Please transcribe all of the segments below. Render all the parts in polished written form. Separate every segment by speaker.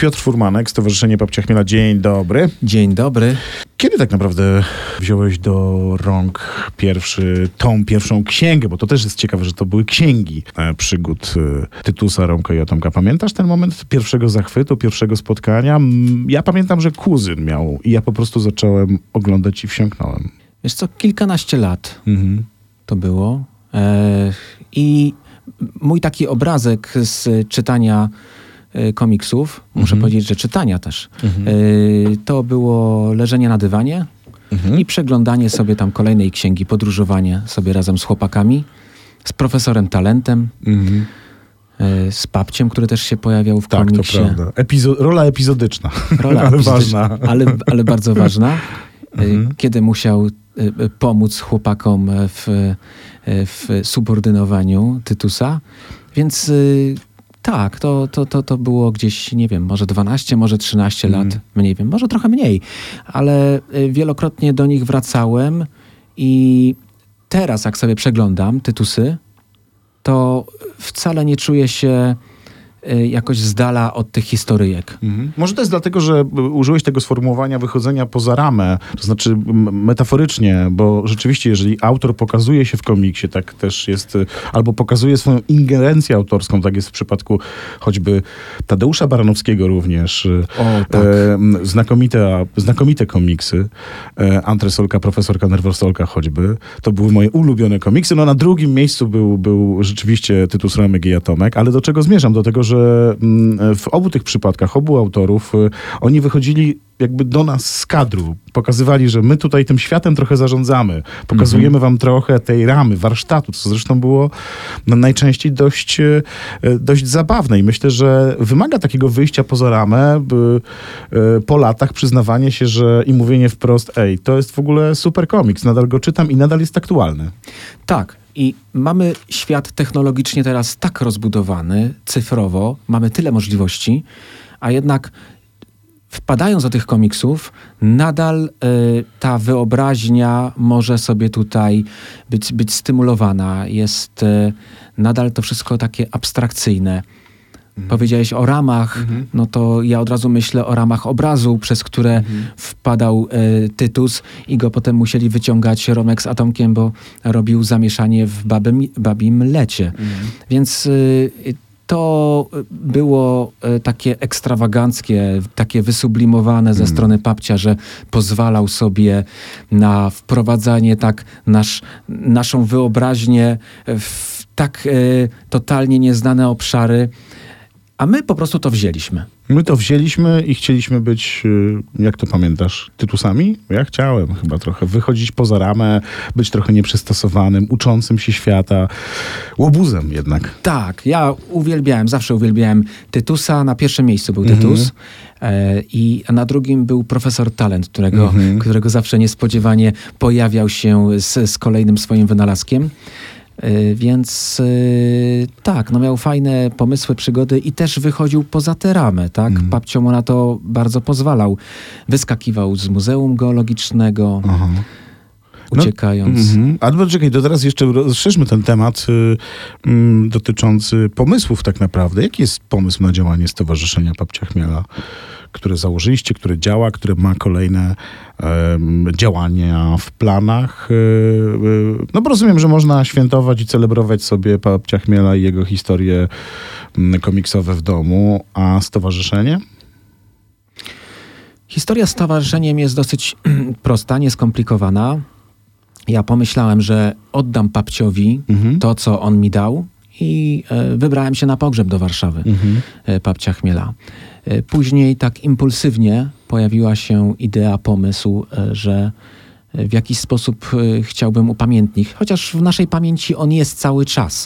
Speaker 1: Piotr Furmanek, Stowarzyszenie Babcia Chmiela. Dzień dobry.
Speaker 2: Dzień dobry.
Speaker 1: Kiedy tak naprawdę wziąłeś do rąk tą pierwszą księgę? Bo to też jest ciekawe, że to były księgi przygód Tytusa, Romka i Atomka. Pamiętasz ten moment pierwszego zachwytu, pierwszego spotkania? Ja pamiętam, że kuzyn miał i ja po prostu zacząłem oglądać i wsiąknąłem.
Speaker 2: Wiesz co, kilkanaście lat to było. I mój taki obrazek z czytania komiksów, muszę powiedzieć, że czytania też, to było leżenie na dywanie i przeglądanie sobie tam kolejnej księgi, podróżowanie sobie razem z chłopakami, z profesorem Talentem, z Babciem, który też się pojawiał w komiksie.
Speaker 1: Tak, to prawda. Rola epizodyczna.
Speaker 2: Ale ważna. Ale bardzo ważna. Kiedy musiał pomóc chłopakom w subordynowaniu Tytusa. Więc tak, to było gdzieś, nie wiem, może 12, może 13 lat, nie wiem, może trochę mniej. Ale wielokrotnie do nich wracałem i teraz, jak sobie przeglądam Tytusy, to wcale nie czuję się jakoś z dala od tych historyjek.
Speaker 1: Może to jest dlatego, że użyłeś tego sformułowania wychodzenia poza ramę, to znaczy metaforycznie, bo rzeczywiście, jeżeli autor pokazuje się w komiksie, tak też jest, albo pokazuje swoją ingerencję autorską, tak jest w przypadku choćby Tadeusza Baranowskiego również.
Speaker 2: Tak.
Speaker 1: Znakomite komiksy. Antresolka, Profesorka Nerwosolka choćby. To były moje ulubione komiksy. No na drugim miejscu był rzeczywiście Tytus, Romek i Atomek, ale do czego zmierzam? Do tego, że w obu tych przypadkach, obu autorów, oni wychodzili jakby do nas z kadru. Pokazywali, że my tutaj tym światem trochę zarządzamy. Pokazujemy wam trochę tej ramy, warsztatu, co zresztą było najczęściej dość zabawne. I myślę, że wymaga takiego wyjścia poza ramę, po latach przyznawanie się, że i mówienie wprost, to jest w ogóle super komiks, nadal go czytam i nadal jest aktualny.
Speaker 2: Tak. I mamy świat technologicznie teraz tak rozbudowany, cyfrowo, mamy tyle możliwości, a jednak wpadając do tych komiksów, nadal ta wyobraźnia może sobie tutaj być stymulowana. Jest nadal to wszystko takie abstrakcyjne. Powiedziałeś o ramach, no to ja od razu myślę o ramach obrazu, przez które wpadał Tytus i go potem musieli wyciągać Romek z Atomkiem, bo robił zamieszanie w babim lecie. Więc to było takie ekstrawaganckie, takie wysublimowane ze strony Babcia, że pozwalał sobie na wprowadzanie tak naszą wyobraźnię w tak totalnie nieznane obszary. A my po prostu to wzięliśmy.
Speaker 1: My to wzięliśmy i chcieliśmy być, jak to pamiętasz, Tytusami? Ja chciałem chyba trochę wychodzić poza ramę, być trochę nieprzystosowanym, uczącym się świata, łobuzem jednak.
Speaker 2: Tak, ja zawsze uwielbiałem Tytusa. Na pierwszym miejscu był Tytus i na drugim był profesor Talent, którego zawsze niespodziewanie pojawiał się z kolejnym swoim wynalazkiem. Więc tak, miał fajne pomysły, przygody i też wychodził poza tę ramę, tak? Babcio mu na to bardzo pozwalał. Wyskakiwał z Muzeum Geologicznego, uciekając.
Speaker 1: Ale czekaj, to teraz jeszcze rozszerzmy ten temat dotyczący pomysłów tak naprawdę. Jaki jest pomysł na działanie Stowarzyszenia Babcia Chmiela, które założyliście, które działa, które ma kolejne działania w planach? No bo rozumiem, że można świętować i celebrować sobie Babcia Chmiela i jego historie komiksowe w domu, a stowarzyszenie?
Speaker 2: Historia z stowarzyszeniem jest dosyć prosta, nieskomplikowana. Ja pomyślałem, że oddam Babciowi to, co on mi dał i wybrałem się na pogrzeb do Warszawy Babcia Chmiela. Później tak impulsywnie pojawiła się idea, pomysł, że w jakiś sposób chciałbym upamiętnić, chociaż w naszej pamięci on jest cały czas.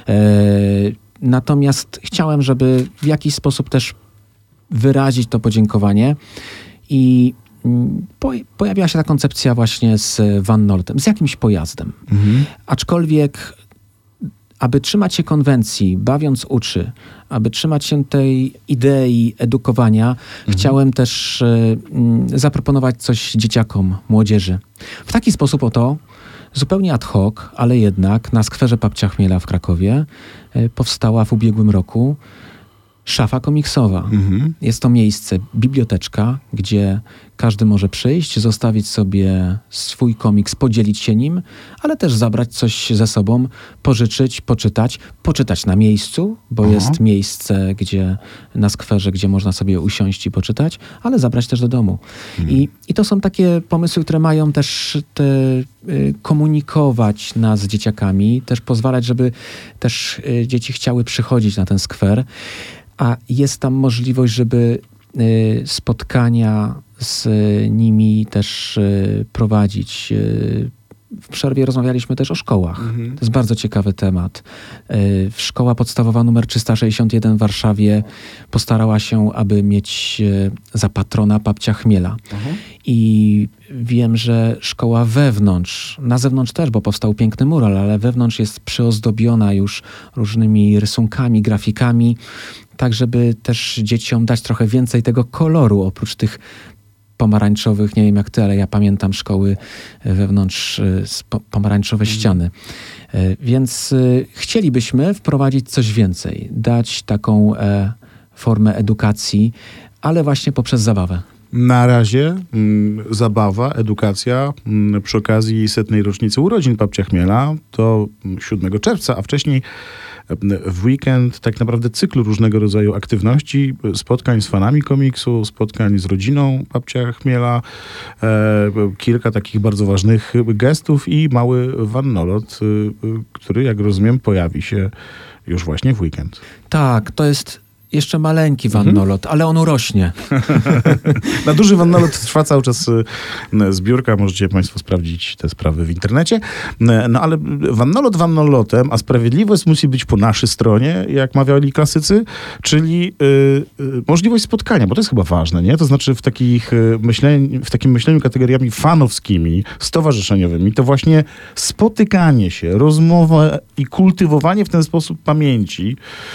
Speaker 2: Natomiast chciałem, żeby w jakiś sposób też wyrazić to podziękowanie i pojawiła się ta koncepcja właśnie z Van Noltem, z jakimś pojazdem. Aczkolwiek, aby trzymać się konwencji, bawiąc uczy, aby trzymać się tej idei edukowania, chciałem też zaproponować coś dzieciakom, młodzieży. W taki sposób oto, zupełnie ad hoc, ale jednak na skwerze Babcia Chmiela w Krakowie powstała w ubiegłym roku Szafa komiksowa. Jest to miejsce, biblioteczka, gdzie każdy może przyjść, zostawić sobie swój komiks, podzielić się nim, ale też zabrać coś ze sobą, pożyczyć, poczytać na miejscu, bo jest miejsce na skwerze, gdzie można sobie usiąść i poczytać, ale zabrać też do domu. I to są takie pomysły, które mają też komunikować nas z dzieciakami, też pozwalać, żeby też dzieci chciały przychodzić na ten skwer. A jest tam możliwość, żeby spotkania z nimi też prowadzić. W przerwie rozmawialiśmy też o szkołach. To jest bardzo ciekawy temat. Szkoła podstawowa numer 361 w Warszawie postarała się, aby mieć za patrona babcia Chmiela. I wiem, że szkoła na zewnątrz też, bo powstał piękny mural, ale wewnątrz jest przyozdobiona już różnymi rysunkami, grafikami, tak żeby też dzieciom dać trochę więcej tego koloru, oprócz tych pomarańczowych, nie wiem jak ty, ale ja pamiętam szkoły wewnątrz pomarańczowe ściany. Więc chcielibyśmy wprowadzić coś więcej, dać taką formę edukacji, ale właśnie poprzez zabawę.
Speaker 1: Na razie zabawa, edukacja przy okazji 100. rocznicy urodzin babcia Chmiela to 7 czerwca, a wcześniej w weekend tak naprawdę cyklu różnego rodzaju aktywności, spotkań z fanami komiksu, spotkań z rodziną babcia Chmiela, kilka takich bardzo ważnych gestów i mały wannolot, który, jak rozumiem, pojawi się już właśnie w weekend.
Speaker 2: Tak, to jest jeszcze maleńki wannolot, ale on urośnie.
Speaker 1: Na duży wannolot trwa cały czas zbiórka. Możecie państwo sprawdzić te sprawy w internecie. No ale wannolot wannolotem, a sprawiedliwość musi być po naszej stronie, jak mawiali klasycy, czyli możliwość spotkania, bo to jest chyba ważne, nie? To znaczy w takim myśleniu kategoriami fanowskimi, stowarzyszeniowymi, to właśnie spotykanie się, rozmowa i kultywowanie w ten sposób pamięci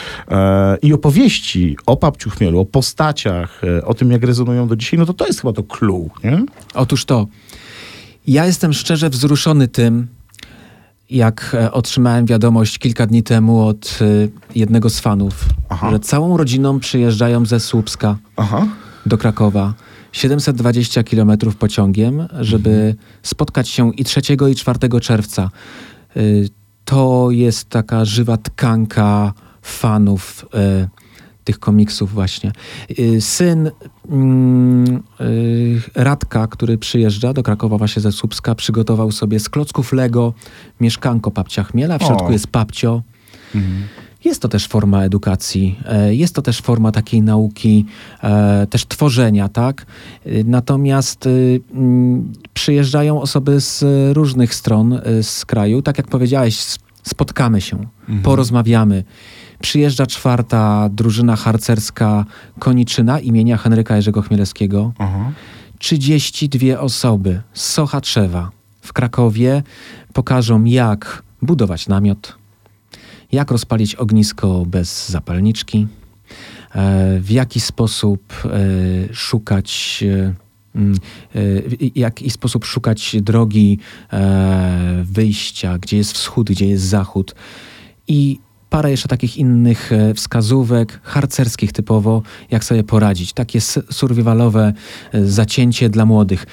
Speaker 1: i opowieści o babciu Chmielu, o postaciach, o tym, jak rezonują do dzisiaj, no to jest chyba to clue, nie?
Speaker 2: Otóż to. Ja jestem szczerze wzruszony tym, jak otrzymałem wiadomość kilka dni temu od jednego z fanów, że całą rodziną przyjeżdżają ze Słupska do Krakowa. 720 kilometrów pociągiem, żeby spotkać się i 3 i 4 czerwca. To jest taka żywa tkanka fanów tych komiksów właśnie. Syn Radka, który przyjeżdża do Krakowa właśnie ze Słupska, przygotował sobie z klocków Lego mieszkanko babcia Chmiela. W środku jest babcio. Jest to też forma edukacji. Jest to też forma takiej nauki, też tworzenia, tak? Natomiast przyjeżdżają osoby z różnych stron z kraju. Tak jak powiedziałeś, spotkamy się, porozmawiamy. Przyjeżdża 4. drużyna harcerska Koniczyna imienia Henryka Jerzego Chmielewskiego. 32 osoby z Sochaczewa w Krakowie pokażą, jak budować namiot, jak rozpalić ognisko bez zapalniczki, w jaki sposób szukać drogi wyjścia, gdzie jest wschód, gdzie jest zachód i parę jeszcze takich innych wskazówek, harcerskich typowo, jak sobie poradzić. Takie survivalowe zacięcie dla młodych.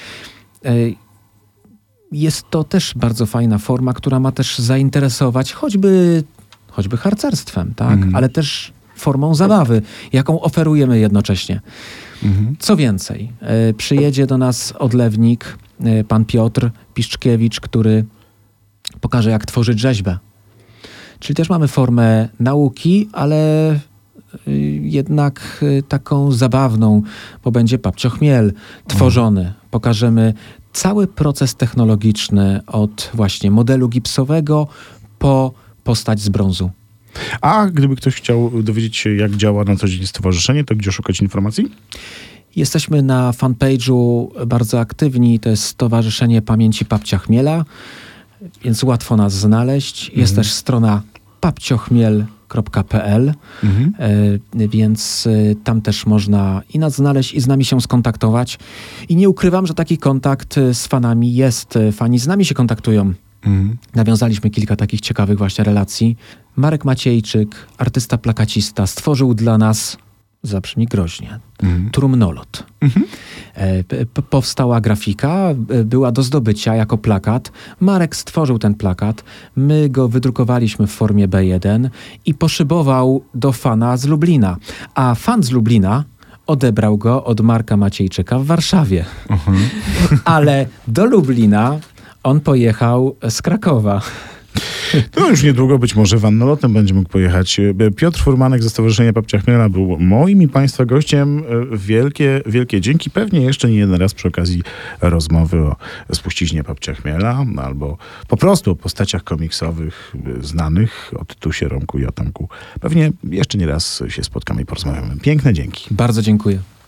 Speaker 2: Jest to też bardzo fajna forma, która ma też zainteresować choćby harcerstwem, tak? Ale też formą zabawy, jaką oferujemy jednocześnie. Co więcej, przyjedzie do nas odlewnik, pan Piotr Piszczkiewicz, który pokaże, jak tworzyć rzeźbę. Czyli też mamy formę nauki, ale jednak taką zabawną, bo będzie babcio Chmiel tworzony. Pokażemy cały proces technologiczny od właśnie modelu gipsowego po postać z brązu.
Speaker 1: A gdyby ktoś chciał dowiedzieć się, jak działa na co dzień stowarzyszenie, to gdzie szukać informacji?
Speaker 2: Jesteśmy na fanpage'u bardzo aktywni. To jest Stowarzyszenie Pamięci Babcia Chmiela, więc łatwo nas znaleźć. Jest też strona babciochmiel.pl, więc tam też można i nas znaleźć, i z nami się skontaktować. I nie ukrywam, że taki kontakt z fanami jest. Fani z nami się kontaktują. Nawiązaliśmy kilka takich ciekawych właśnie relacji. Marek Maciejczyk, artysta plakacista, stworzył dla nas zabrzmi groźnie. Trumnolot. Powstała grafika, była do zdobycia jako plakat. Marek stworzył ten plakat, my go wydrukowaliśmy w formie B1 i poszybował do fana z Lublina. A fan z Lublina odebrał go od Marka Maciejczyka w Warszawie. Ale do Lublina on pojechał z Krakowa.
Speaker 1: To już niedługo być może wannolotem będzie mógł pojechać. Piotr Furmanek ze Stowarzyszenia Babcia Chmiela był moim i Państwa gościem. Wielkie, wielkie dzięki. Pewnie jeszcze nie jeden raz przy okazji rozmowy o spuściźnie Babcia Chmiela albo po prostu o postaciach komiksowych znanych, o Tytusie, Romku i Atomku. Pewnie jeszcze nie raz się spotkamy i porozmawiamy. Piękne dzięki.
Speaker 2: Bardzo dziękuję.